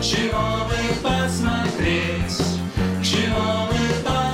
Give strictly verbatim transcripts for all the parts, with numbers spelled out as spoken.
Чего бы посмотреть? Чего бы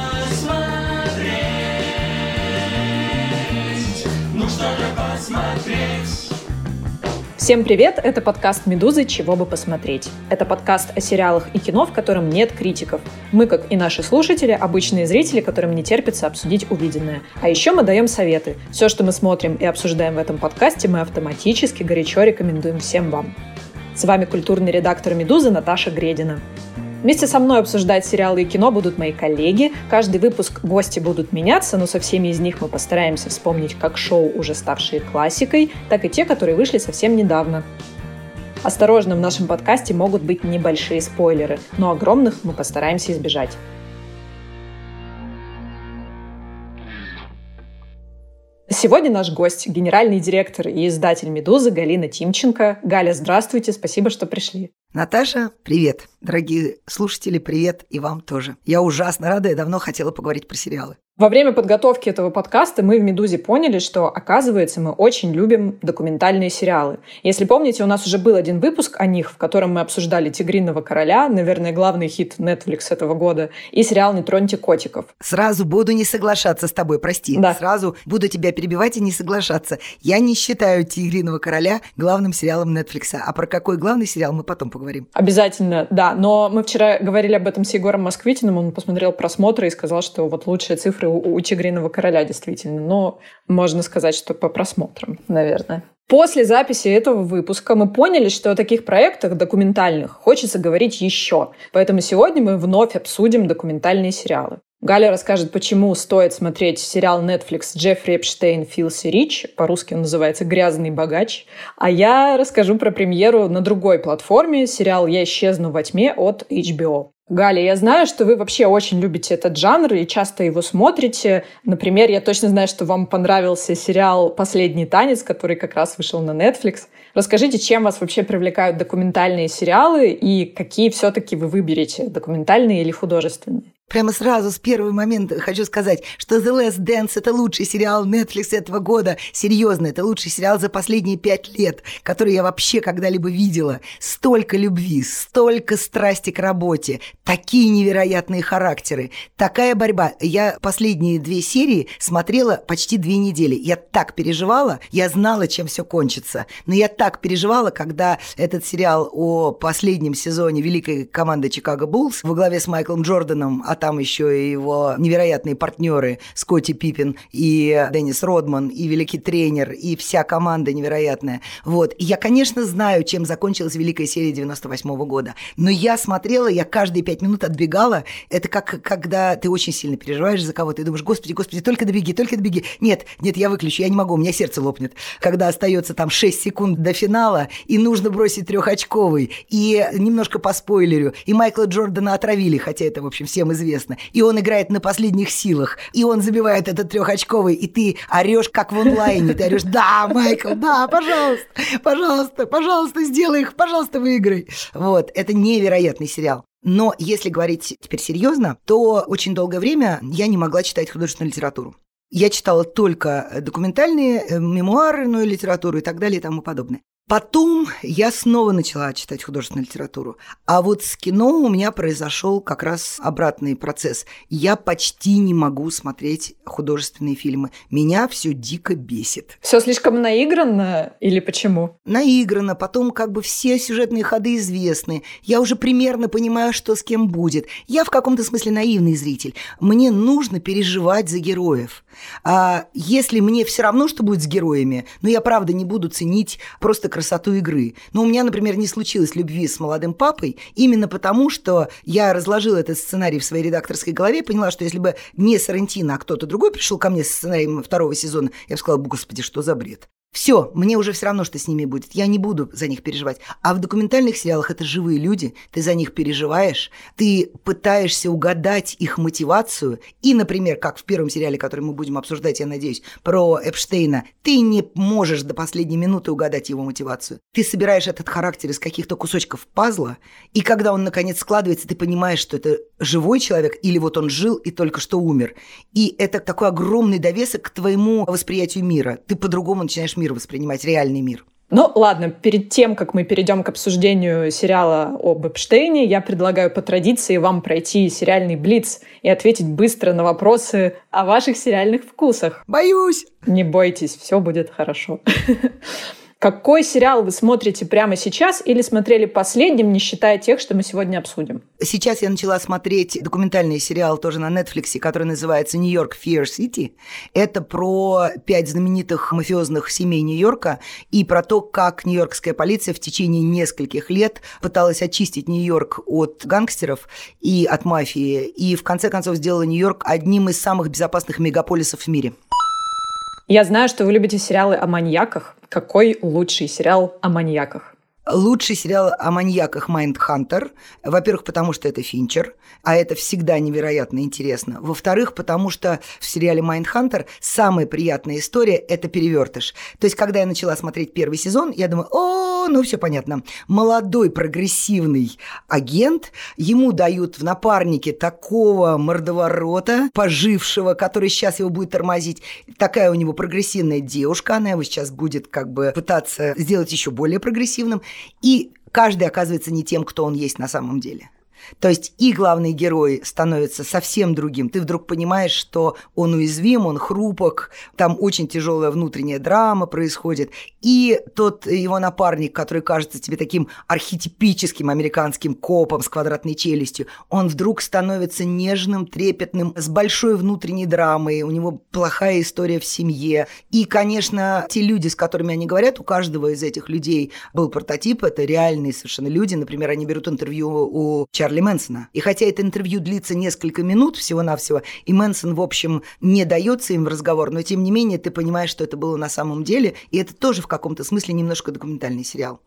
посмотреть? Ну что же посмотреть? Всем привет! Это подкаст «Медузы. Чего бы посмотреть». Это подкаст о сериалах и кино, в котором нет критиков. Мы, как и наши слушатели, обычные зрители, которым не терпится обсудить увиденное. А еще мы даем советы. Все, что мы смотрим и обсуждаем в этом подкасте, мы автоматически горячо рекомендуем всем вам. С вами культурный редактор «Медузы» Наташа Гредина. Вместе со мной обсуждать сериалы и кино будут мои коллеги. Каждый выпуск гости будут меняться, но со всеми из них мы постараемся вспомнить как шоу, уже ставшие классикой, так и те, которые вышли совсем недавно. Осторожно, в нашем подкасте могут быть небольшие спойлеры, но огромных мы постараемся избежать. Сегодня наш гость – генеральный директор и издатель «Медузы» Галина Тимченко. Галя, здравствуйте, спасибо, что пришли. Наташа, привет. Дорогие слушатели, привет и вам тоже. Я ужасно рада, я давно хотела поговорить про сериалы. Во время подготовки этого подкаста мы в «Медузе» поняли, что, оказывается, мы очень любим документальные сериалы. Если помните, у нас уже был один выпуск о них, в котором мы обсуждали «Тигриного короля», наверное, главный хит Netflix этого года, и сериал «Не троньте котиков». Сразу буду не соглашаться с тобой, прости. Да. Сразу буду тебя перебивать и не соглашаться. Я не считаю «Тигриного короля» главным сериалом Netflix. А про какой главный сериал мы потом поговорим. Обязательно, да. Но мы вчера говорили об этом с Егором Москвитиным, он посмотрел просмотры и сказал, что вот лучшие цифры у, у «Тигриного короля» действительно. Но можно сказать, что по просмотрам, наверное. После записи этого выпуска мы поняли, что о таких проектах документальных хочется говорить еще. Поэтому сегодня мы вновь обсудим документальные сериалы. Галя расскажет, почему стоит смотреть сериал Netflix «Джеффри Эпштейн. Филси Рич». По-русски он называется «Грязный богач». А я расскажу про премьеру на другой платформе, сериал «Я исчезну во тьме» от эйч би о. Галя, я знаю, что вы вообще очень любите этот жанр и часто его смотрите. Например, я точно знаю, что вам понравился сериал «Последний танец», который как раз вышел на Netflix. Расскажите, чем вас вообще привлекают документальные сериалы и какие все-таки вы выберете, документальные или художественные? Прямо сразу с первого момента хочу сказать, что The Last Dance – это лучший сериал Netflix этого года. Серьезно, это лучший сериал за последние пять лет, который я вообще когда-либо видела. Столько любви, столько страсти к работе, такие невероятные характеры, такая борьба. Я последние две серии смотрела почти две недели. Я так переживала, я знала, чем все кончится. Но я так переживала, когда этот сериал о последнем сезоне великой команды Чикаго Буллс во главе с Майклом Джорданом, а там еще и его невероятные партнеры Скотти Пиппин и Деннис Родман, и великий тренер, и вся команда невероятная. Вот. И я, конечно, знаю, чем закончилась великая серия девяносто восьмого года. Но я смотрела, я каждые пять минут отбегала. Это как когда ты очень сильно переживаешь за кого-то и думаешь: господи, господи, только добеги, только добеги. Нет, нет, я выключу, я не могу, у меня сердце лопнет. Когда остается там шесть секунд до финала, и нужно бросить трехочковый, и немножко по спойлерю, и Майкла Джордана отравили, хотя это, в общем, всем известно. И он играет на последних силах, и он забивает этот трехочковый, и ты орешь, как в онлайне, ты орешь: да, Майкл, да, пожалуйста, пожалуйста, пожалуйста, сделай их, пожалуйста, выиграй. Вот, это невероятный сериал. Но если говорить теперь серьезно, то очень долгое время я не могла читать художественную литературу. Я читала только документальные, мемуарную литературу и так далее и тому подобное. Потом я снова начала читать художественную литературу. А вот с кино у меня произошел как раз обратный процесс. Я почти не могу смотреть художественные фильмы. Меня все дико бесит. Все слишком наигранно или почему? Наигранно, потом как бы все сюжетные ходы известны. Я уже примерно понимаю, что с кем будет. Я в каком-то смысле наивный зритель. Мне нужно переживать за героев. А если мне все равно, что будет с героями, но я правда не буду ценить просто красоту игры. Но у меня, например, не случилось любви с молодым папой именно потому, что я разложила этот сценарий в своей редакторской голове и поняла, что если бы не Соррентино, а кто-то другой пришел ко мне со сценарием второго сезона, я бы сказала: господи, что за бред. Все, мне уже все равно, что с ними будет. Я не буду за них переживать. А в документальных сериалах это живые люди. Ты за них переживаешь. Ты пытаешься угадать их мотивацию. И, например, как в первом сериале, который мы будем обсуждать, я надеюсь, про Эпштейна, ты не можешь до последней минуты угадать его мотивацию. Ты собираешь этот характер из каких-то кусочков пазла, и когда он, наконец, складывается, ты понимаешь, что это живой человек, или вот он жил и только что умер. И это такой огромный довесок к твоему восприятию мира. Ты по-другому начинаешь мир воспринимать, реальный мир. Ну, ладно, перед тем, как мы перейдем к обсуждению сериала об Эпштейне, я предлагаю по традиции вам пройти сериальный блиц и ответить быстро на вопросы о ваших сериальных вкусах. Боюсь! Не бойтесь, все будет хорошо. Какой сериал вы смотрите прямо сейчас или смотрели последним, не считая тех, что мы сегодня обсудим? Сейчас я начала смотреть документальный сериал тоже на Netflix, который называется «Нью-Йорк Fear City». Это про пять знаменитых мафиозных семей Нью-Йорка и про то, как нью-йоркская полиция в течение нескольких лет пыталась очистить Нью-Йорк от гангстеров и от мафии, и в конце концов сделала Нью-Йорк одним из самых безопасных мегаполисов в мире. Я знаю, что вы любите сериалы о маньяках. Какой лучший сериал о маньяках? Лучший сериал о маньяках «Майндхантер». Во-первых, потому что это Финчер, а это всегда невероятно интересно. Во-вторых, потому что в сериале «Майндхантер» самая приятная история – это перевертыш. То есть, когда я начала смотреть первый сезон, я думаю, о, ну все понятно. Молодой прогрессивный агент, ему дают в напарнике такого мордоворота, пожившего, который сейчас его будет тормозить. Такая у него прогрессивная девушка, она его сейчас будет как бы пытаться сделать еще более прогрессивным. И каждый оказывается не тем, кто он есть на самом деле. То есть и главный герой становится совсем другим. Ты вдруг понимаешь, что он уязвим, он хрупок, там очень тяжелая внутренняя драма происходит. И тот его напарник, который кажется тебе таким архетипическим американским копом с квадратной челюстью, он вдруг становится нежным, трепетным, с большой внутренней драмой, у него плохая история в семье. И, конечно, те люди, с которыми они говорят, у каждого из этих людей был прототип, это реальные совершенно люди. Например, они берут интервью у Чарли Мэнсона. И хотя это интервью длится несколько минут всего-навсего, и Мэнсон, в общем, не дается им в разговор, но тем не менее ты понимаешь, что это было на самом деле, и это тоже в каком-то смысле немножко документальный сериал.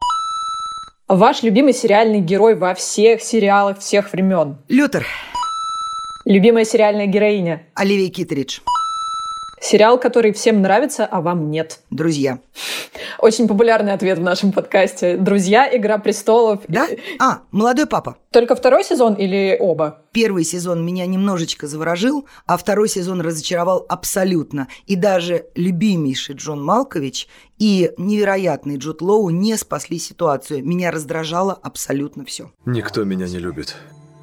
Ваш любимый сериальный герой во всех сериалах всех времен? Лютер. Любимая сериальная героиня? Оливия Китеридж. Сериал, который всем нравится, а вам нет? Друзья. Очень популярный ответ в нашем подкасте. «Друзья», «Игра престолов». Да? А, «Молодой папа». Только второй сезон или оба? Первый сезон меня немножечко заворожил, а второй сезон разочаровал абсолютно. И даже любимейший Джон Малкович и невероятный Джуд Лоу не спасли ситуацию. Меня раздражало абсолютно все. Никто меня не любит.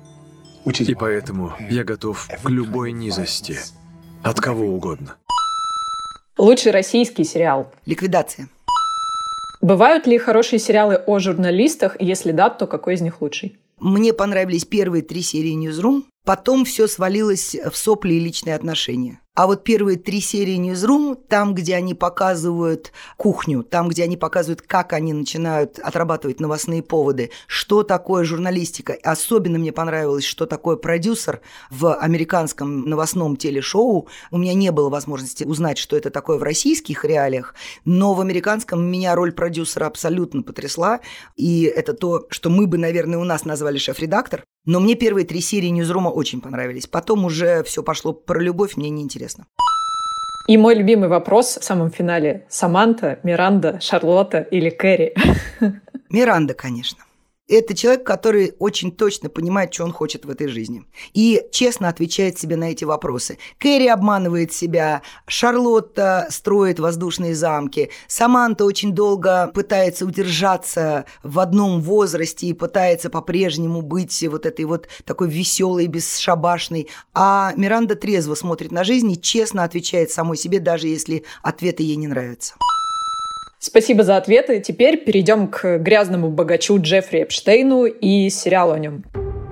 И поэтому я готов к любой низости. От кого угодно. Лучший российский сериал? «Ликвидация». Бывают ли хорошие сериалы о журналистах? Если да, то какой из них лучший? Мне понравились первые три серии «Ньюзрум». Потом все свалилось в сопли и личные отношения. А вот первые три серии «Ньюзрум», там, где они показывают кухню, там, где они показывают, как они начинают отрабатывать новостные поводы, что такое журналистика. Особенно мне понравилось, что такое продюсер в американском новостном телешоу. У меня не было возможности узнать, что это такое в российских реалиях, но в американском меня роль продюсера абсолютно потрясла. И это то, что мы бы, наверное, у нас назвали шеф-редактор. Но мне первые три серии «Ньюзрума» очень понравились. Потом уже все пошло про любовь, мне неинтересно. И мой любимый вопрос в самом финале. Саманта, Миранда, Шарлотта или Кэрри? Миранда, конечно. Это человек, который очень точно понимает, что он хочет в этой жизни. И честно отвечает себе на эти вопросы. Кэрри обманывает себя, Шарлотта строит воздушные замки, Саманта очень долго пытается удержаться в одном возрасте и пытается по-прежнему быть вот этой вот такой веселой, бесшабашной. А Миранда трезво смотрит на жизнь и честно отвечает самой себе, даже если ответы ей не нравятся. Спасибо за ответы. Теперь перейдем к грязному богачу Джеффри Эпштейну и сериалу о нем.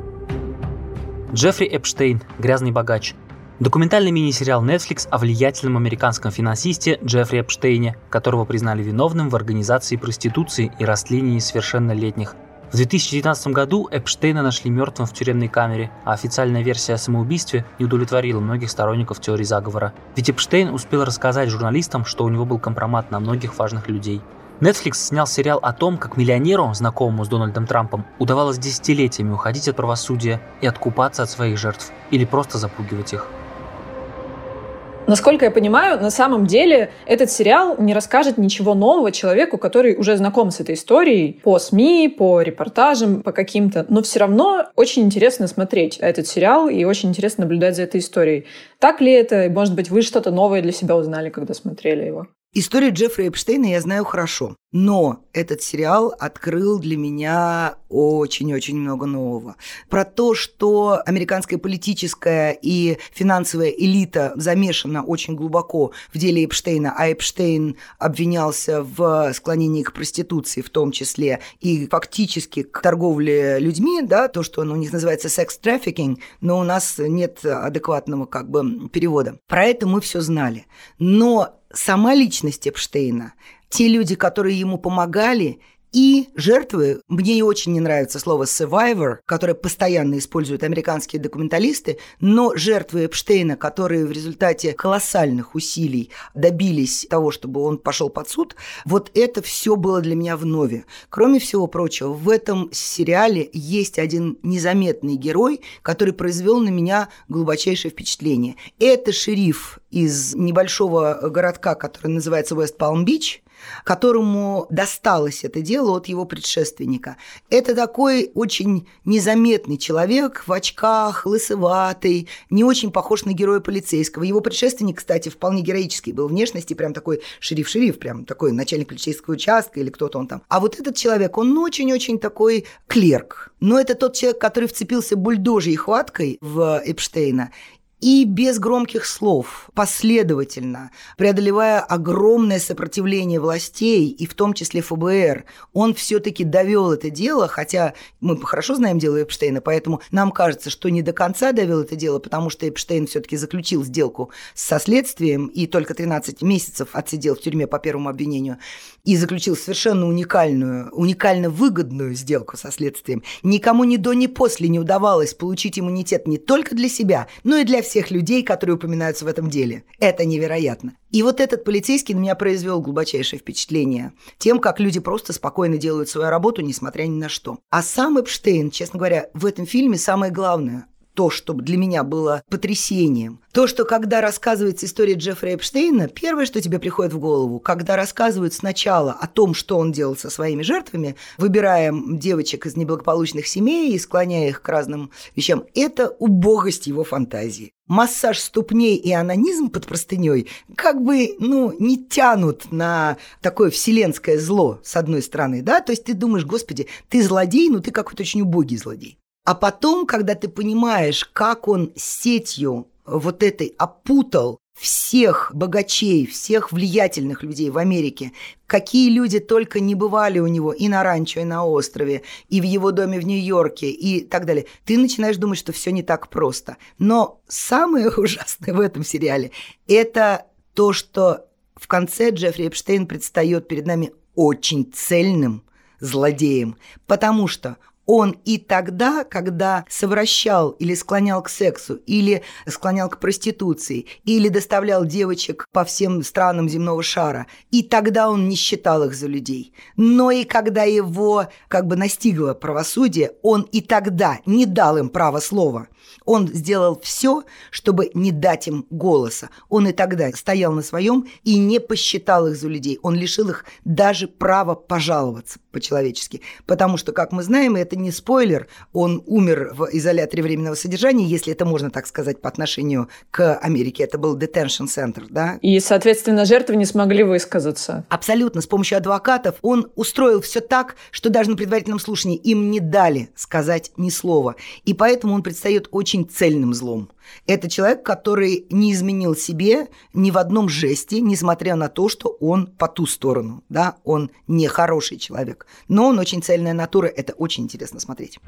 Джеффри Эпштейн. Грязный богач. Документальный мини-сериал Netflix о влиятельном американском финансисте Джеффри Эпштейне, которого признали виновным в организации проституции и растлении несовершеннолетних. В две тысячи девятнадцатом году Эпштейна нашли мертвым в тюремной камере, а официальная версия о самоубийстве не удовлетворила многих сторонников теории заговора. Ведь Эпштейн успел рассказать журналистам, что у него был компромат на многих важных людей. Netflix снял сериал о том, как миллионеру, знакомому с Дональдом Трампом, удавалось десятилетиями уходить от правосудия и откупаться от своих жертв, или просто запугивать их. Насколько я понимаю, на самом деле этот сериал не расскажет ничего нового человеку, который уже знаком с этой историей по СМИ, по репортажам, по каким-то. Но все равно очень интересно смотреть этот сериал и очень интересно наблюдать за этой историей. Так ли это? Может быть, вы что-то новое для себя узнали, когда смотрели его? Историю Джеффри Эпштейна я знаю хорошо. Но этот сериал открыл для меня очень-очень много нового. Про то, что американская политическая и финансовая элита замешана очень глубоко в деле Эпштейна, а Эпштейн обвинялся в склонении к проституции в том числе и фактически к торговле людьми, да, то, что у них называется секс-трафикинг, но у нас нет адекватного как бы перевода. Про это мы все знали. Но сама личность Эпштейна, те люди, которые ему помогали, и жертвы, мне очень не нравится слово survivor, которое постоянно используют американские документалисты, но жертвы Эпштейна, которые в результате колоссальных усилий добились того, чтобы он пошел под суд, вот это все было для меня вновь. Кроме всего прочего, в этом сериале есть один незаметный герой, который произвел на меня глубочайшее впечатление. Это шериф из небольшого городка, который называется Вест-Палм-Бич, которому досталось это дело от его предшественника. Это такой очень незаметный человек в очках, лысоватый, не очень похож на героя полицейского. Его предшественник, кстати, вполне героический был внешности, прям такой шериф-шериф, прям такой начальник полицейского участка или кто-то он там. А вот этот человек, он очень-очень такой клерк. Но это тот человек, который вцепился бульдожьей хваткой в Эпштейна и без громких слов, последовательно, преодолевая огромное сопротивление властей, и в том числе эф бэ эр, он все-таки довел это дело, хотя мы хорошо знаем дело Эпштейна, поэтому нам кажется, что не до конца довел это дело, потому что Эпштейн все-таки заключил сделку со следствием и только тринадцать месяцев отсидел в тюрьме по первому обвинению, и заключил совершенно уникальную, уникально выгодную сделку со следствием. Никому ни до, ни после не удавалось получить иммунитет не только для себя, но и для всех людей, которые упоминаются в этом деле. Это невероятно. И вот этот полицейский на меня произвел глубочайшее впечатление тем, как люди просто спокойно делают свою работу, несмотря ни на что. А сам Эпштейн, честно говоря, в этом фильме самое главное – то, что для меня было потрясением. То, что когда рассказывается история Джеффри Эпштейна, первое, что тебе приходит в голову, когда рассказывают сначала о том, что он делал со своими жертвами, выбирая девочек из неблагополучных семей и склоняя их к разным вещам, это убогость его фантазии. Массаж ступней и анонизм под простыней как бы, ну, не тянут на такое вселенское зло, с одной стороны, да? То есть ты думаешь, господи, ты злодей, но ты какой-то очень убогий злодей. А потом, когда ты понимаешь, как он сетью вот этой опутал всех богачей, всех влиятельных людей в Америке, какие люди только не бывали у него и на ранчо, и на острове, и в его доме в Нью-Йорке, и так далее, ты начинаешь думать, что все не так просто. Но самое ужасное в этом сериале – это то, что в конце Джеффри Эпштейн предстает перед нами очень цельным злодеем, потому что он и тогда, когда совращал или склонял к сексу, или склонял к проституции, или доставлял девочек по всем странам земного шара, и тогда он не считал их за людей. Но и когда его как бы настигло правосудие, он и тогда не дал им права слова. Он сделал все, чтобы не дать им голоса. Он и тогда стоял на своем и не посчитал их за людей. Он лишил их даже права пожаловаться по-человечески. Потому что, как мы знаем, и это не спойлер, он умер в изоляторе временного содержания, если это можно так сказать по отношению к Америке. Это был detention center, да? И, соответственно, жертвы не смогли высказаться. Абсолютно. С помощью адвокатов он устроил все так, что даже на предварительном слушании им не дали сказать ни слова. И поэтому он предстает очень цельным злом. Это человек, который не изменил себе ни в одном жесте, несмотря на то, что он по ту сторону, да, он не хороший человек, но он очень цельная натура, это очень интересно смотреть.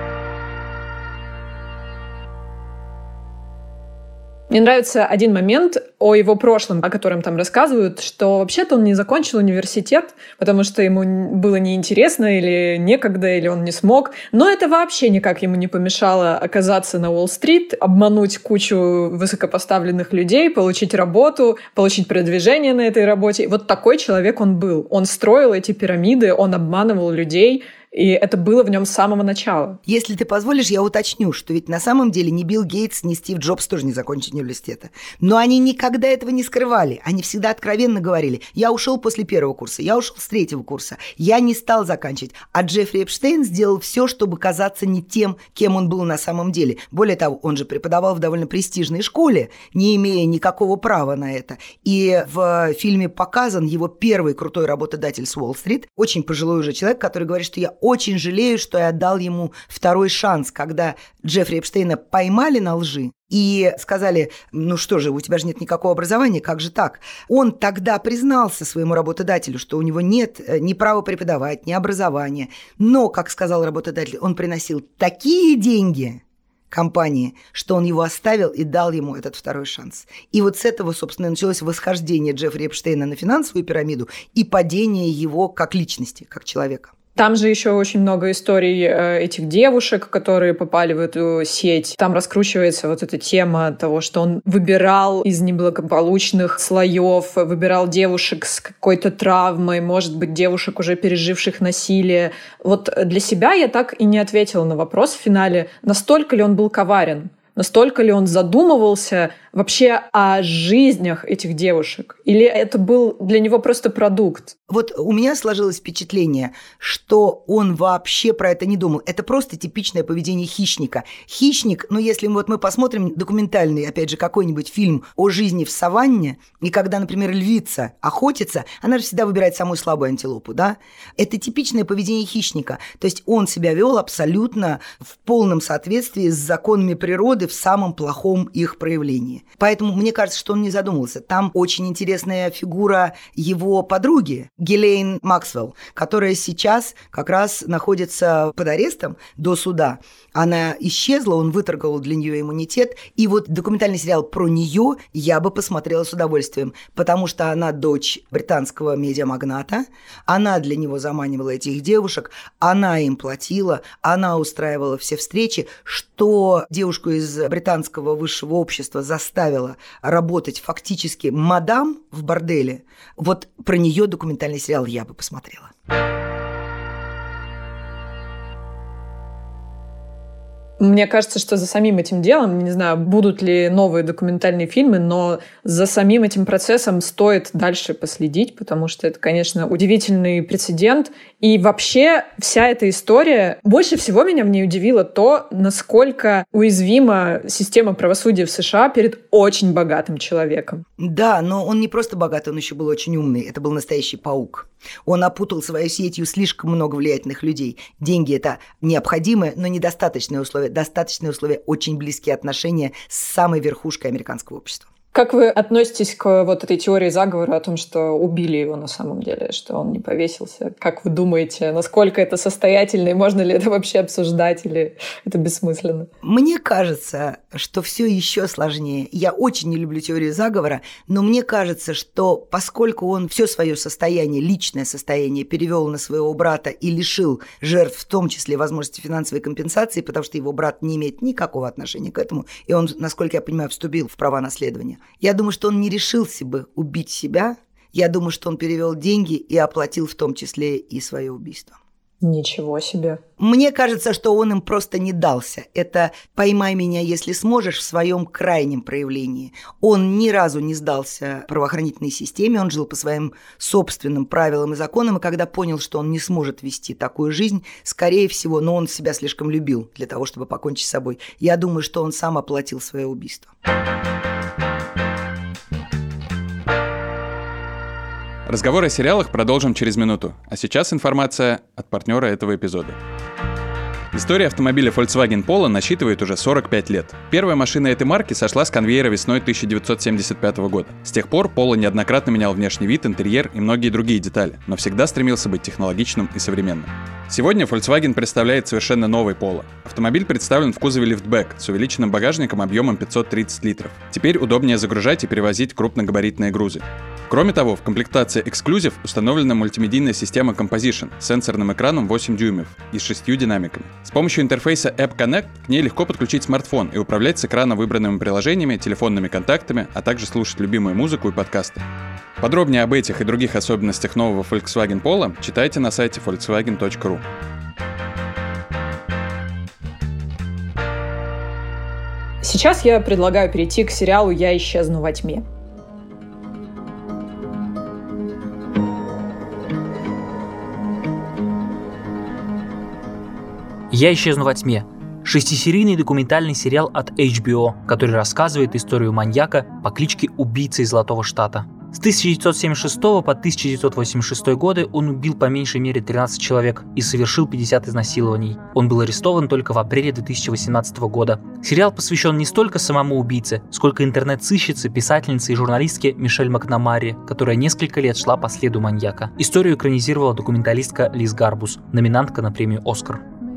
Мне нравится один момент о его прошлом, о котором там рассказывают, что вообще-то он не закончил университет, потому что ему было неинтересно или некогда, или он не смог. Но это вообще никак ему не помешало оказаться на Уолл-стрит, обмануть кучу высокопоставленных людей, получить работу, получить продвижение на этой работе. Вот такой человек он был. Он строил эти пирамиды, он обманывал людей. И это было в нем с самого начала. Если ты позволишь, я уточню, что ведь на самом деле ни Билл Гейтс, ни Стив Джобс тоже не закончили университета. Но они никогда этого не скрывали. Они всегда откровенно говорили: я ушел после первого курса, я ушел с третьего курса, я не стал заканчивать. А Джеффри Эпштейн сделал все, чтобы казаться не тем, кем он был на самом деле. Более того, он же преподавал в довольно престижной школе, не имея никакого права на это. И в фильме показан его первый крутой работодатель с Уолл-стрит, очень пожилой уже человек, который говорит, что я очень жалею, что я дал ему второй шанс, когда Джеффри Эпштейна поймали на лжи и сказали: ну что же, у тебя же нет никакого образования, как же так? Он тогда признался своему работодателю, что у него нет ни права преподавать, ни образования. Но, как сказал работодатель, он приносил такие деньги компании, что он его оставил и дал ему этот второй шанс. И вот с этого, собственно, началось восхождение Джеффри Эпштейна на финансовую пирамиду и падение его как личности, как человека. Там же еще очень много историй этих девушек, которые попали в эту сеть. Там раскручивается вот эта тема того, что он выбирал из неблагополучных слоев, выбирал девушек с какой-то травмой, может быть, девушек, уже переживших насилие. Вот для себя я так и не ответила на вопрос в финале, настолько ли он был коварен, настолько ли он задумывался вообще о жизнях этих девушек? Или это был для него просто продукт? Вот у меня сложилось впечатление, что он вообще про это не думал. Это просто типичное поведение хищника. Хищник, ну если вот мы посмотрим документальный, опять же, какой-нибудь фильм о жизни в саванне, и когда, например, львица охотится, она же всегда выбирает самую слабую антилопу, да? Это типичное поведение хищника. То есть он себя вел абсолютно в полном соответствии с законами природы в самом плохом их проявлении. Поэтому мне кажется, что он не задумывался. Там очень интересная фигура его подруги, Гиллейн Максвелл, которая сейчас как раз находится под арестом до суда. Она исчезла, он выторговал для нее иммунитет. И вот документальный сериал про нее я бы посмотрела с удовольствием, потому что она дочь британского медиамагната, она для него заманивала этих девушек, она им платила, она устраивала все встречи, что девушку из британского высшего общества заставила работать фактически мадам в борделе. Вот про нее документальный сериал я бы посмотрела. Мне кажется, что за самим этим делом, не знаю, будут ли новые документальные фильмы, но за самим этим процессом стоит дальше последить, потому что это, конечно, удивительный прецедент. И вообще вся эта история... Больше всего меня в ней удивило то, насколько уязвима система правосудия в США перед очень богатым человеком. Да, но он не просто богатый, он еще был очень умный. Это был настоящий паук. Он опутал своей сетью слишком много влиятельных людей. Деньги – это необходимое, но недостаточное условие. Достаточные условия – очень близкие отношения с самой верхушкой американского общества. Как вы относитесь к вот этой теории заговора о том, что убили его на самом деле, что он не повесился? Как вы думаете, насколько это состоятельно, и можно ли это вообще обсуждать, или это бессмысленно? Мне кажется, что все еще сложнее. Я очень не люблю теорию заговора, но мне кажется, что поскольку он все свое состояние, личное состояние перевел на своего брата и лишил жертв, в том числе возможности финансовой компенсации, потому что его брат не имеет никакого отношения к этому, и он, насколько я понимаю, вступил в права наследования. Я думаю, что он не решился бы убить себя. Я думаю, что он перевел деньги и оплатил в том числе и свое убийство. Ничего себе. Мне кажется, что он им просто не дался. Это «поймай меня, если сможешь» в своем крайнем проявлении. Он ни разу не сдался правоохранительной системе, он жил по своим собственным правилам и законам, и когда понял, что он не сможет вести такую жизнь, скорее всего, но он себя слишком любил для того, чтобы покончить с собой. Я думаю, что он сам оплатил свое убийство. Разговор о сериалах продолжим через минуту, а сейчас информация от партнера этого эпизода. История автомобиля Volkswagen Polo насчитывает уже сорок пять лет. Первая машина этой марки сошла с конвейера весной тысяча девятьсот семьдесят пятого года. С тех пор Polo неоднократно менял внешний вид, интерьер и многие другие детали, но всегда стремился быть технологичным и современным. Сегодня Volkswagen представляет совершенно новый Polo. Автомобиль представлен в кузове лифтбэк с увеличенным багажником объемом пятьсот тридцать литров. Теперь удобнее загружать и перевозить крупногабаритные грузы. Кроме того, в комплектации Exclusive установлена мультимедийная система Composition с сенсорным экраном восемь дюймов и с шестью динамиками. С помощью интерфейса App Connect к ней легко подключить смартфон и управлять с экрана выбранными приложениями, телефонными контактами, а также слушать любимую музыку и подкасты. Подробнее об этих и других особенностях нового Volkswagen Polo читайте на сайте volkswagen точка ру. Сейчас я предлагаю перейти к сериалу «Я исчезну во тьме». «Я исчезну во тьме» – шестисерийный документальный сериал от эйч би о, который рассказывает историю маньяка по кличке Убийца из Золотого Штата. С тысяча девятьсот семьдесят шестого по тысяча девятьсот восемьдесят шестой годы он убил по меньшей мере тринадцать человек и совершил пятьдесят изнасилований. Он был арестован только в апреле две тысячи восемнадцатого года. Сериал посвящен не столько самому убийце, сколько интернет-сыщице, писательнице и журналистке Мишель Макнамаре, которая несколько лет шла по следу маньяка. Историю экранизировала документалистка Лиз Гарбус, номинантка на премию «Оскар».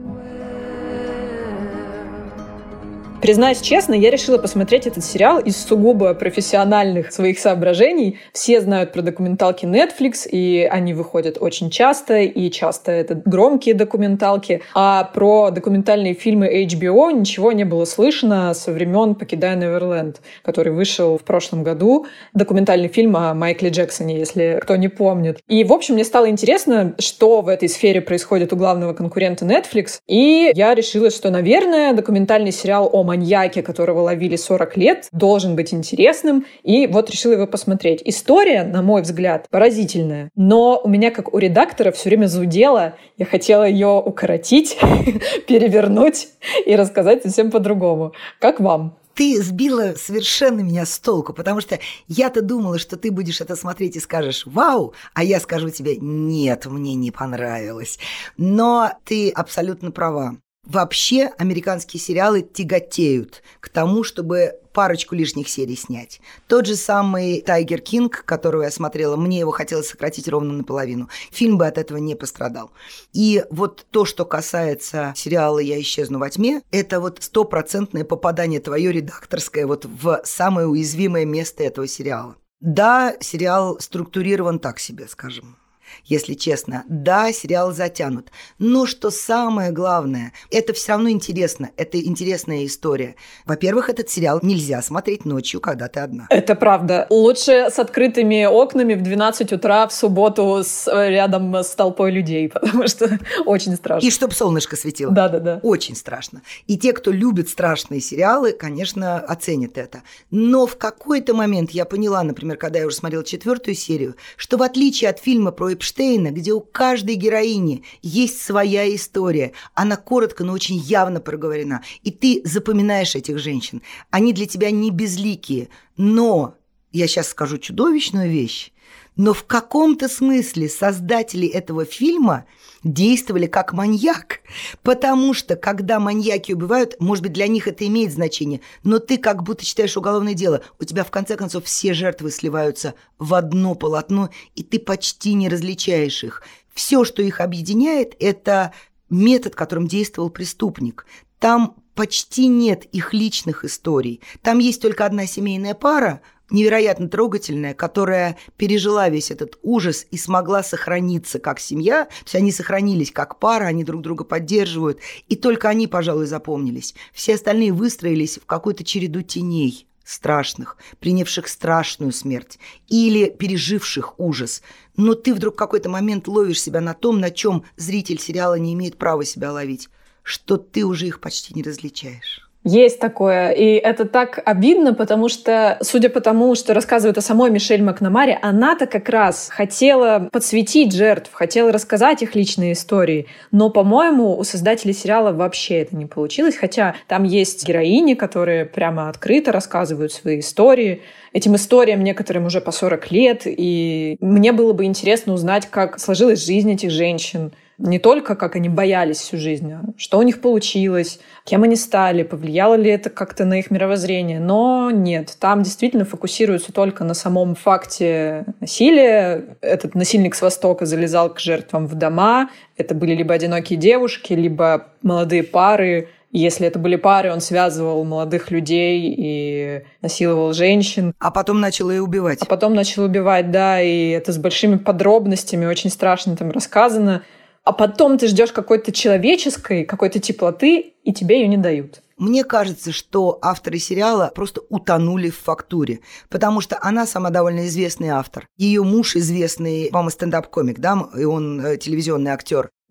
Признаюсь честно, я решила посмотреть этот сериал из сугубо профессиональных своих соображений. Все знают про документалки Netflix, и они выходят очень часто, и часто это громкие документалки. А про документальные фильмы эйч би о ничего не было слышно со времен «Покидая Неверленд», который вышел в прошлом году. Документальный фильм о Майкле Джексоне, если кто не помнит. И, в общем, мне стало интересно, что в этой сфере происходит у главного конкурента Netflix. И я решила, что, наверное, документальный сериал о маньяке, которого ловили сорок лет, должен быть интересным, и вот решила его посмотреть. История, на мой взгляд, поразительная, но у меня, как у редактора, все время зудела, я хотела ее укоротить, перевернуть и рассказать совсем по-другому. Как вам? Ты сбила совершенно меня с толку, потому что я-то думала, что ты будешь это смотреть и скажешь «Вау!», а я скажу тебе «Нет, мне не понравилось». Но ты абсолютно права. Вообще американские сериалы тяготеют к тому, чтобы парочку лишних серий снять. Тот же самый «Тайгер Кинг», которого я смотрела, мне его хотелось сократить ровно наполовину. Фильм бы от этого не пострадал. И вот то, что касается сериала «Я исчезну во тьме», это вот стопроцентное попадание твое редакторское вот в самое уязвимое место этого сериала. Да, сериал структурирован так себе, скажем. Если честно, да, сериал затянут. Но что самое главное, это все равно интересно. Это интересная история. Во-первых, этот сериал нельзя смотреть ночью, когда ты одна. Это правда. Лучше с открытыми окнами в двенадцать утра в субботу с, рядом с толпой людей, потому что очень страшно. И чтоб солнышко светило. Да-да-да. Очень страшно. И те, кто любит страшные сериалы, конечно, оценят это. Но в какой-то момент я поняла, например, когда я уже смотрела четвертую серию, что в отличие от фильма про Эпштейна, где у каждой героини есть своя история, она коротко, но очень явно проговорена, и ты запоминаешь этих женщин. Они для тебя не безликие, но, я сейчас скажу чудовищную вещь, но в каком-то смысле создатели этого фильма действовали как маньяк, потому что, когда маньяки убивают, может быть, для них это имеет значение, но ты как будто читаешь уголовное дело, у тебя в конце концов все жертвы сливаются в одно полотно, и ты почти не различаешь их. Все, что их объединяет, это метод, которым действовал преступник. Там почти нет их личных историй. Там есть только одна семейная пара, невероятно трогательная, которая пережила весь этот ужас и смогла сохраниться как семья. То есть они сохранились как пара, они друг друга поддерживают. И только они, пожалуй, запомнились. Все остальные выстроились в какую-то череду теней страшных, принявших страшную смерть или переживших ужас. Но ты вдруг в какой-то момент ловишь себя на том, на чем зритель сериала не имеет права себя ловить, что ты уже их почти не различаешь. Есть такое, и это так обидно, потому что, судя по тому, что рассказывает о самой Мишель Макнамаре, она-то как раз хотела подсветить жертв, хотела рассказать их личные истории, но, по-моему, у создателей сериала вообще это не получилось, хотя там есть героини, которые прямо открыто рассказывают свои истории. Этим историям некоторым уже по сорок лет, и мне было бы интересно узнать, как сложилась жизнь этих женщин. Не только как они боялись всю жизнь, а что у них получилось, кем они стали, повлияло ли это как-то на их мировоззрение. Но нет, там действительно фокусируются только на самом факте насилия. Этот насильник с Востока залезал к жертвам в дома. Это были либо одинокие девушки, либо молодые пары. Если это были пары, он связывал молодых людей и насиловал женщин. А потом начал ее убивать. А потом начал убивать, да, и это с большими подробностями, очень страшно там рассказано. А потом ты ждешь какой-то человеческой, какой-то теплоты, и тебе ее не дают. Мне кажется, что авторы сериала просто утонули в фактуре, потому что она сама довольно известный автор. Ее муж известный, по-моему, стендап-комик, да, и он телевизионный актер.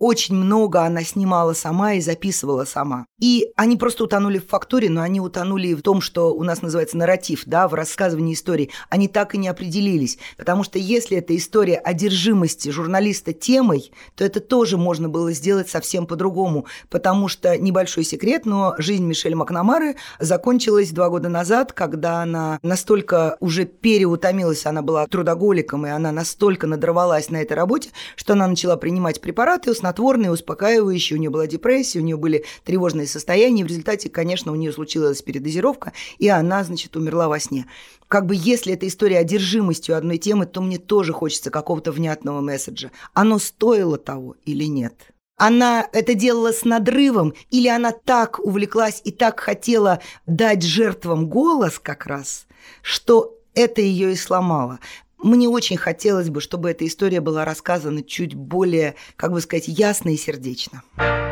очень много она снимала сама и записывала сама. И они просто утонули в фактуре, но они утонули и в том, что у нас называется нарратив, да, в рассказывании истории. Они так и не определились. Потому что если это история одержимости журналиста темой, то это тоже можно было сделать совсем по-другому. Потому что, небольшой секрет, но жизнь Мишель Макнамары закончилась два года назад, когда она настолько уже переутомилась, она была трудоголиком, и она настолько надрывалась на этой работе, что она начала принимать препараты, снотворные, успокаивающие, у нее была депрессия, у нее были тревожные состояния, в результате, конечно, у нее случилась передозировка, и она, значит, умерла во сне. Как бы если это история одержимостью одной темы, то мне тоже хочется какого-то внятного месседжа. Оно стоило того или нет? Она это делала с надрывом, или она так увлеклась и так хотела дать жертвам голос как раз, что это ее и сломало. Мне очень хотелось бы, чтобы эта история была рассказана чуть более, как бы сказать, ясно и сердечно.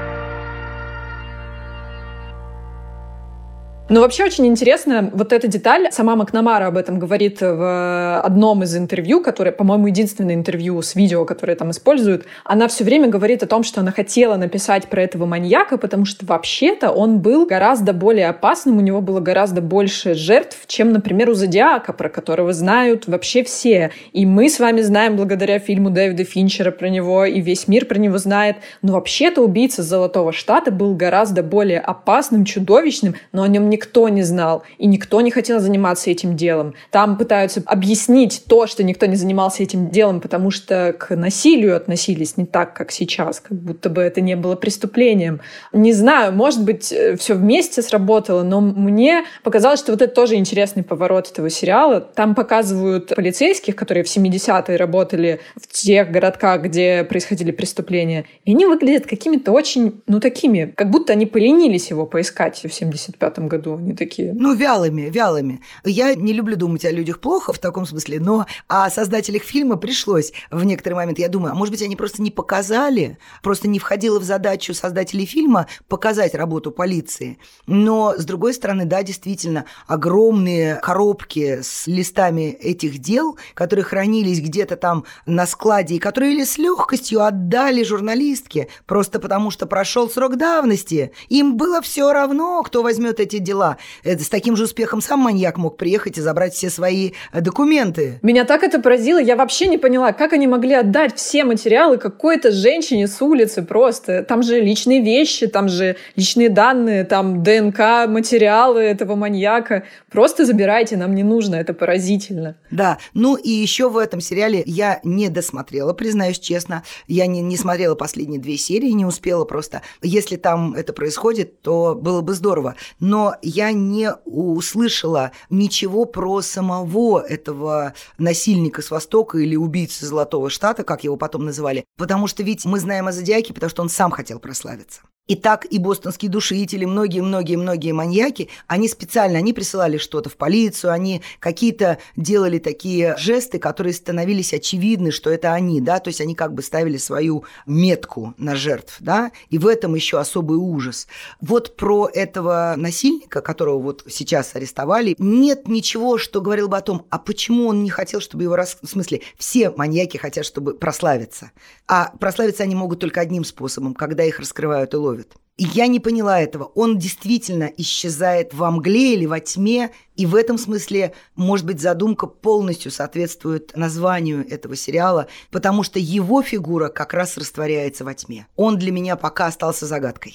Но вообще очень интересно вот эта деталь. Сама Макнамара об этом говорит в одном из интервью, которое, по-моему, единственное интервью с видео, которое там используют. Она все время говорит о том, что она хотела написать про этого маньяка, потому что вообще-то он был гораздо более опасным, у него было гораздо больше жертв, чем, например, у Зодиака, про которого знают вообще все. И мы с вами знаем благодаря фильму Дэвида Финчера про него, и весь мир про него знает. Но вообще-то убийца Золотого Штата был гораздо более опасным, чудовищным, но о нем не никто не знал, и никто не хотел заниматься этим делом. Там пытаются объяснить то, что никто не занимался этим делом, потому что к насилию относились не так, как сейчас, как будто бы это не было преступлением. Не знаю, может быть, все вместе сработало, но мне показалось, что вот это тоже интересный поворот этого сериала. Там показывают полицейских, которые в семидесятые работали в тех городках, где происходили преступления, и они выглядят какими-то очень, ну, такими, как будто они поленились его поискать в семьдесят пятом году. Они такие. Ну, вялыми, вялыми. Я не люблю думать о людях плохо в таком смысле, но о создателях фильма пришлось в некоторый момент. Я думаю, а может быть, они просто не показали, просто не входило в задачу создателей фильма показать работу полиции. Но, с другой стороны, да, действительно, огромные коробки с листами этих дел, которые хранились где-то там на складе, и которые с легкостью отдали журналистке, просто потому что прошел срок давности. Им было все равно, кто возьмет эти дела. Это с таким же успехом сам маньяк мог приехать и забрать все свои документы. Меня так это поразило. Я вообще не поняла, как они могли отдать все материалы какой-то женщине с улицы просто. Там же личные вещи, там же личные данные, там ДНК, материалы этого маньяка. Просто забирайте, нам не нужно, это поразительно. Да, ну и еще в этом сериале я не досмотрела, признаюсь честно. Я не, не смотрела последние две серии, не успела просто. Если там это происходит, то было бы здорово. Но я не услышала ничего про самого этого насильника с Востока или убийцы Золотого Штата, как его потом называли, потому что ведь мы знаем о Зодиаке, потому что он сам хотел прославиться. И так и бостонские душители, многие-многие-многие маньяки, они специально, они присылали что-то в полицию, они какие-то делали такие жесты, которые становились очевидны, что это они, да, то есть они как бы ставили свою метку на жертв, да, и в этом еще особый ужас. Вот про этого насильника, которого вот сейчас арестовали, нет ничего, что говорило бы о том, а почему он не хотел, чтобы его рас... В смысле, все маньяки хотят, чтобы прославиться, а прославиться они могут только одним способом, когда их раскрывают и ловят. И я не поняла этого. Он действительно исчезает во мгле или во тьме, и в этом смысле, может быть, задумка полностью соответствует названию этого сериала, потому что его фигура как раз растворяется во тьме. Он для меня пока остался загадкой.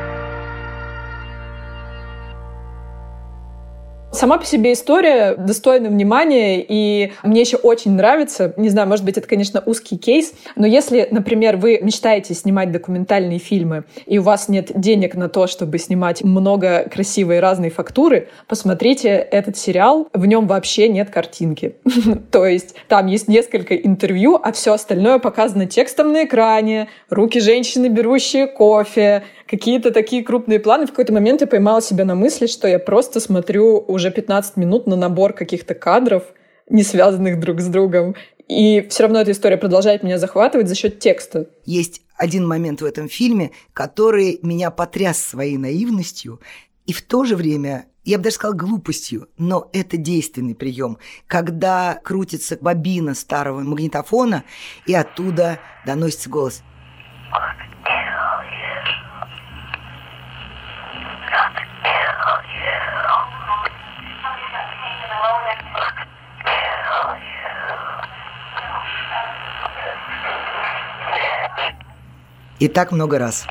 Сама по себе история достойна внимания, и мне еще очень нравится, не знаю, может быть, это, конечно, узкий кейс, но если, например, вы мечтаете снимать документальные фильмы, и у вас нет денег на то, чтобы снимать много красивой и разной фактуры, посмотрите этот сериал, в нем вообще нет картинки. То есть там есть несколько интервью, а все остальное показано текстом на экране, руки женщины, берущие кофе, какие-то такие крупные планы. В какой-то момент я поймала себя на мысли, что я просто смотрю уже пятнадцать минут на набор каких-то кадров, не связанных друг с другом. И все равно эта история продолжает меня захватывать за счет текста. Есть один момент в этом фильме, который меня потряс своей наивностью, и в то же время, я бы даже сказала, глупостью, но это действенный прием, когда крутится бобина старого магнитофона, и оттуда доносится голос. И так много раз.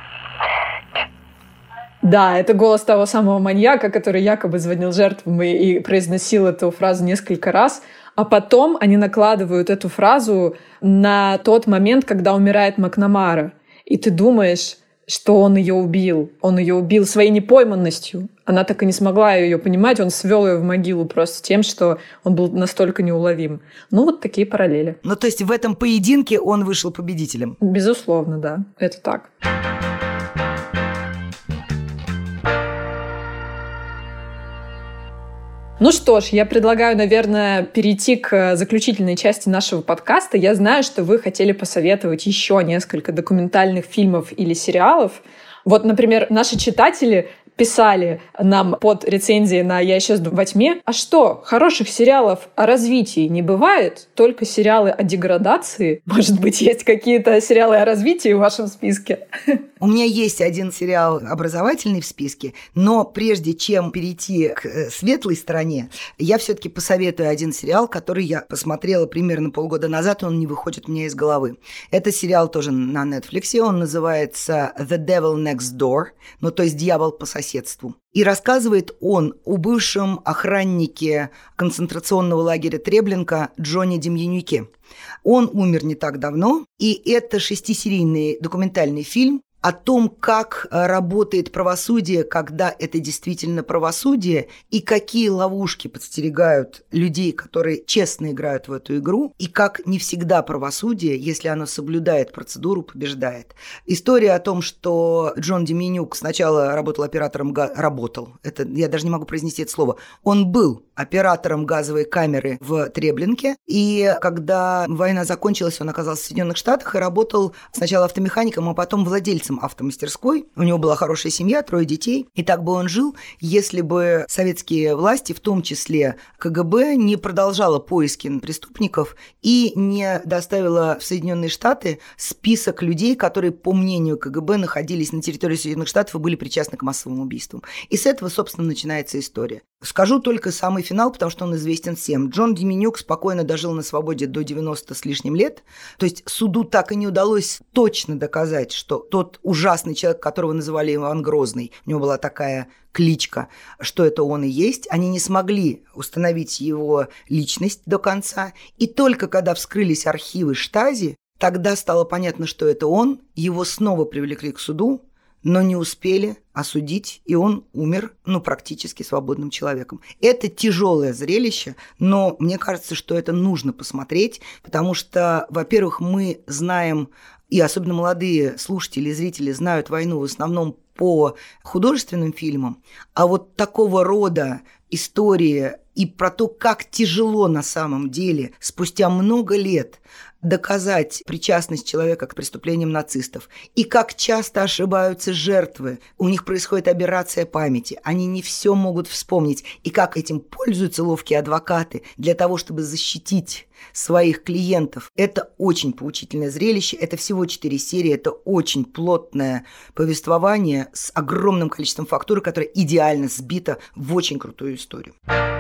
Да, это голос того самого маньяка, который якобы звонил жертвам и, и произносил эту фразу несколько раз. А потом они накладывают эту фразу на тот момент, когда умирает Макнамара. И ты думаешь, что он ее убил. Он ее убил своей непойманностью. Она так и не смогла ее понимать. Он свел ее в могилу просто тем, что он был настолько неуловим. Ну, вот такие параллели. Ну, то есть в этом поединке он вышел победителем? Безусловно, да. Это так. Ну что ж, я предлагаю, наверное, перейти к заключительной части нашего подкаста. Я знаю, что вы хотели посоветовать еще несколько документальных фильмов или сериалов. Вот, например, наши читатели писали нам под рецензией на «Я исчезну во тьме». А что, хороших сериалов о развитии не бывает? Только сериалы о деградации? Может быть, есть какие-то сериалы о развитии в вашем списке? У меня есть один сериал образовательный в списке, но прежде чем перейти к светлой стороне, я все-таки посоветую один сериал, который я посмотрела примерно полгода назад, и он не выходит у меня из головы. Это сериал тоже на Netflix, он называется «The Devil Next Door», ну то есть «Дьявол по соседству». И рассказывает он о бывшем охраннике концентрационного лагеря Треблинка Джоне Демьянюке. Он умер не так давно, и это шестисерийный документальный фильм о том, как работает правосудие, когда это действительно правосудие, и какие ловушки подстерегают людей, которые честно играют в эту игру, и как не всегда правосудие, если оно соблюдает процедуру, побеждает. История о том, что Джон Демьянюк сначала работал оператором, га... работал, это, я даже не могу произнести это слово, он был оператором газовой камеры в Треблинке, и когда война закончилась, он оказался в Соединенных Штатах и работал сначала автомехаником, а потом владельцем автомастерской. У него была хорошая семья, трое детей. И так бы он жил, если бы советские власти, в том числе ка гэ бэ, не продолжала поиски преступников и не доставила в Соединенные Штаты список людей, которые, по мнению ка гэ бэ, находились на территории Соединенных Штатов и были причастны к массовым убийствам. И с этого, собственно, начинается история. Скажу только самый финал, потому что он известен всем. Джон Демьянюк спокойно дожил на свободе до девяноста с лишним лет. То есть суду так и не удалось точно доказать, что тот ужасный человек, которого называли Иван Грозный, у него была такая кличка, что это он и есть. Они не смогли установить его личность до конца. И только когда вскрылись архивы Штази, тогда стало понятно, что это он. Его снова привлекли к суду, но не успели осудить, и он умер, ну, практически свободным человеком. Это тяжелое зрелище, но мне кажется, что это нужно посмотреть, потому что, во-первых, мы знаем, и особенно молодые слушатели и зрители знают войну в основном по художественным фильмам, а вот такого рода истории и про то, как тяжело на самом деле спустя много лет доказать причастность человека к преступлениям нацистов, и как часто ошибаются жертвы, у них происходит аберрация памяти, они не все могут вспомнить, и как этим пользуются ловкие адвокаты для того, чтобы защитить своих клиентов. Это очень поучительное зрелище, это всего четыре серии, это очень плотное повествование с огромным количеством фактуры, которое идеально сбито в очень крутую историю.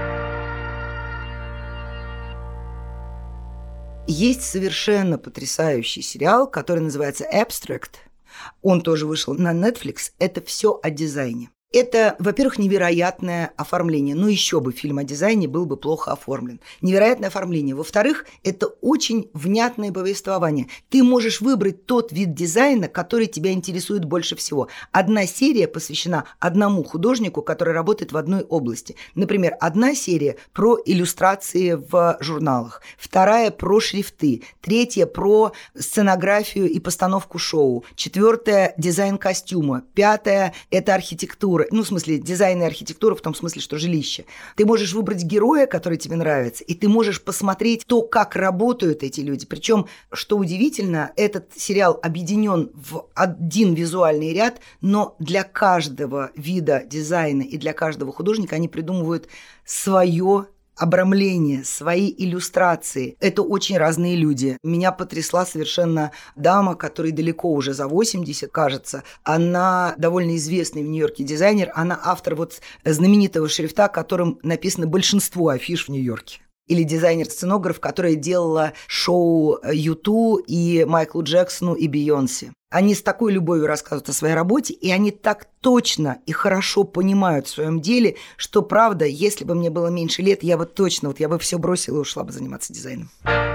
Есть совершенно потрясающий сериал, который называется «Abstract». Он тоже вышел на Netflix. Это все о дизайне. Это, во-первых, невероятное оформление. Ну, еще бы фильм о дизайне был бы плохо оформлен. Невероятное оформление. Во-вторых, это очень внятное повествование. Ты можешь выбрать тот вид дизайна, который тебя интересует больше всего. Одна серия посвящена одному художнику, который работает в одной области. Например, одна серия про иллюстрации в журналах, вторая про шрифты, третья про сценографию и постановку шоу, четвертая – дизайн костюма, пятая – это архитектура. Ну, в смысле, дизайн и архитектура в том смысле, что жилище. Ты можешь выбрать героя, который тебе нравится, и ты можешь посмотреть то, как работают эти люди. Причем, что удивительно, этот сериал объединен в один визуальный ряд, но для каждого вида дизайна и для каждого художника они придумывают свое обрамление, свои иллюстрации. Это очень разные люди. Меня потрясла совершенно дама, которой далеко уже за восемьдесят, кажется. Она довольно известный в Нью-Йорке дизайнер. Она автор вот знаменитого шрифта, которым написано большинство афиш в Нью-Йорке. или дизайнер-сценограф, которая делала шоу Юту и Майклу Джексону и Бейонсе. Они с такой любовью рассказывают о своей работе, и они так точно и хорошо понимают в своем деле, что, правда, если бы мне было меньше лет, я бы точно, вот я бы все бросила и ушла бы заниматься дизайном.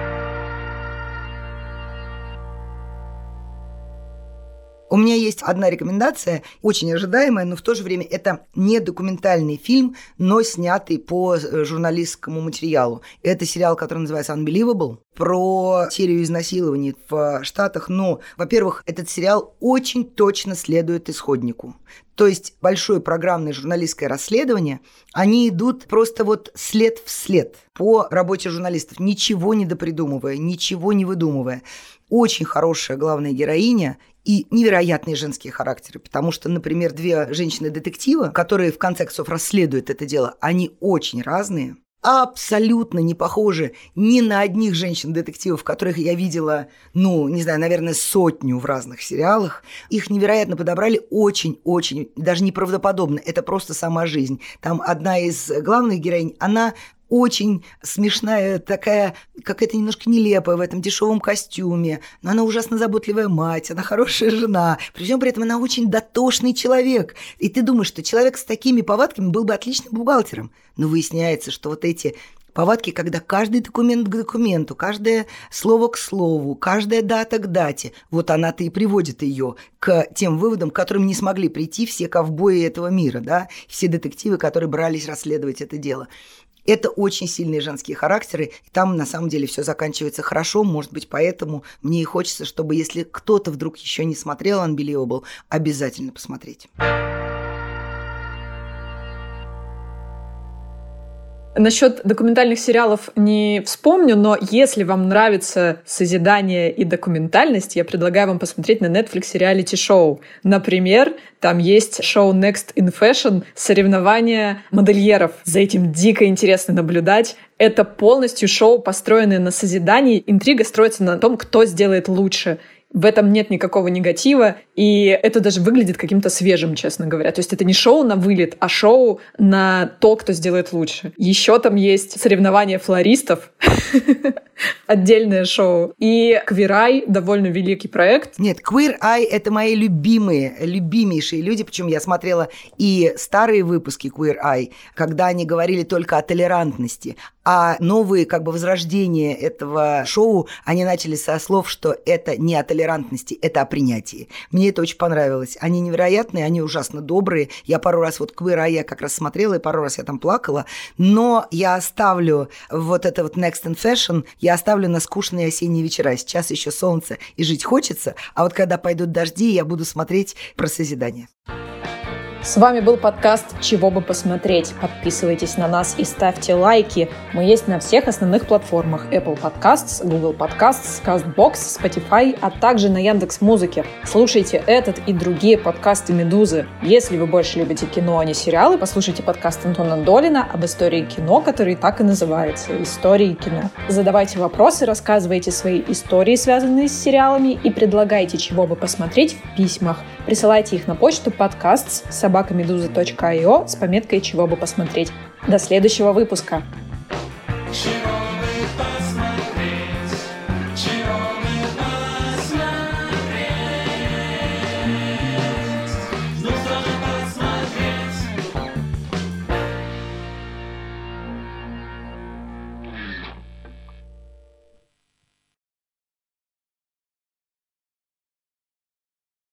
У меня есть одна рекомендация, очень ожидаемая, но в то же время это не документальный фильм, но снятый по журналистскому материалу. Это сериал, который называется Unbelievable, про серию изнасилований в Штатах. Но, во-первых, этот сериал очень точно следует исходнику. То есть большое программное журналистское расследование, они идут просто вот след в след по работе журналистов, ничего не допридумывая, ничего не выдумывая. Очень хорошая главная героиня и невероятные женские характеры, потому что, например, две женщины-детектива, которые в конце концов расследуют это дело, они очень разные, абсолютно не похожи ни на одних женщин-детективов, которых я видела, ну, не знаю, наверное, сотню в разных сериалах. Их невероятно подобрали очень-очень, даже неправдоподобно, это просто сама жизнь. Там одна из главных героинь, она очень смешная, такая, какая-то немножко нелепая в этом дешевом костюме, но она ужасно заботливая мать, она хорошая жена, при всем при этом она очень дотошный человек. И ты думаешь, что человек с такими повадками был бы отличным бухгалтером. Но выясняется, что вот эти повадки, когда каждый документ к документу, каждое слово к слову, каждая дата к дате, вот она-то и приводит ее к тем выводам, к которым не смогли прийти все ковбои этого мира, да, все детективы, которые брались расследовать это дело. Это очень сильные женские характеры, и там на самом деле все заканчивается хорошо, может быть, поэтому мне и хочется, чтобы если кто-то вдруг еще не смотрел Unbelievable, обязательно посмотреть. Насчет документальных сериалов не вспомню, но если вам нравится созидание и документальность, я предлагаю вам посмотреть на Netflix реалити-шоу. Например, там есть шоу Next in Fashion, соревнования модельеров. За этим дико интересно наблюдать. Это полностью шоу, построенное на созидании. Интрига строится на том, кто сделает лучше. В этом нет никакого негатива, и это даже выглядит каким-то свежим, честно говоря. То есть это не шоу на вылет, а шоу на то, кто сделает лучше. Еще там есть соревнования флористов, отдельное шоу. И Queer Eye — довольно великий проект. Нет, Queer Eye — это мои любимые, любимейшие люди, причем я смотрела и старые выпуски Queer Eye, когда они говорили только о толерантности, а новые как бы возрождения этого шоу, они начали со слов, что это не о толерантности, это о принятии. Мне это очень понравилось. Они невероятные, они ужасно добрые. Я пару раз вот Queer Eye я как раз смотрела, и пару раз я там плакала. Но я оставлю вот это вот Next in Fashion, я оставлю на скучные осенние вечера. Сейчас еще солнце и жить хочется, а вот когда пойдут дожди, я буду смотреть про созидание. С вами был подкаст «Чего бы посмотреть». Подписывайтесь на нас и ставьте лайки. Мы есть на всех основных платформах: Apple Podcasts, Google Podcasts, CastBox, Spotify, а также на Яндекс.Музыке. Слушайте этот и другие подкасты «Медузы». Если вы больше любите кино, а не сериалы, послушайте подкаст Антона Долина об истории кино, который так и называется «Истории кино». Задавайте вопросы, рассказывайте свои истории, связанные с сериалами, и предлагайте, чего бы посмотреть, в письмах. Присылайте их на почту подкаст собака медуза точка ай о с пометкой «Чего бы посмотреть». До следующего выпуска!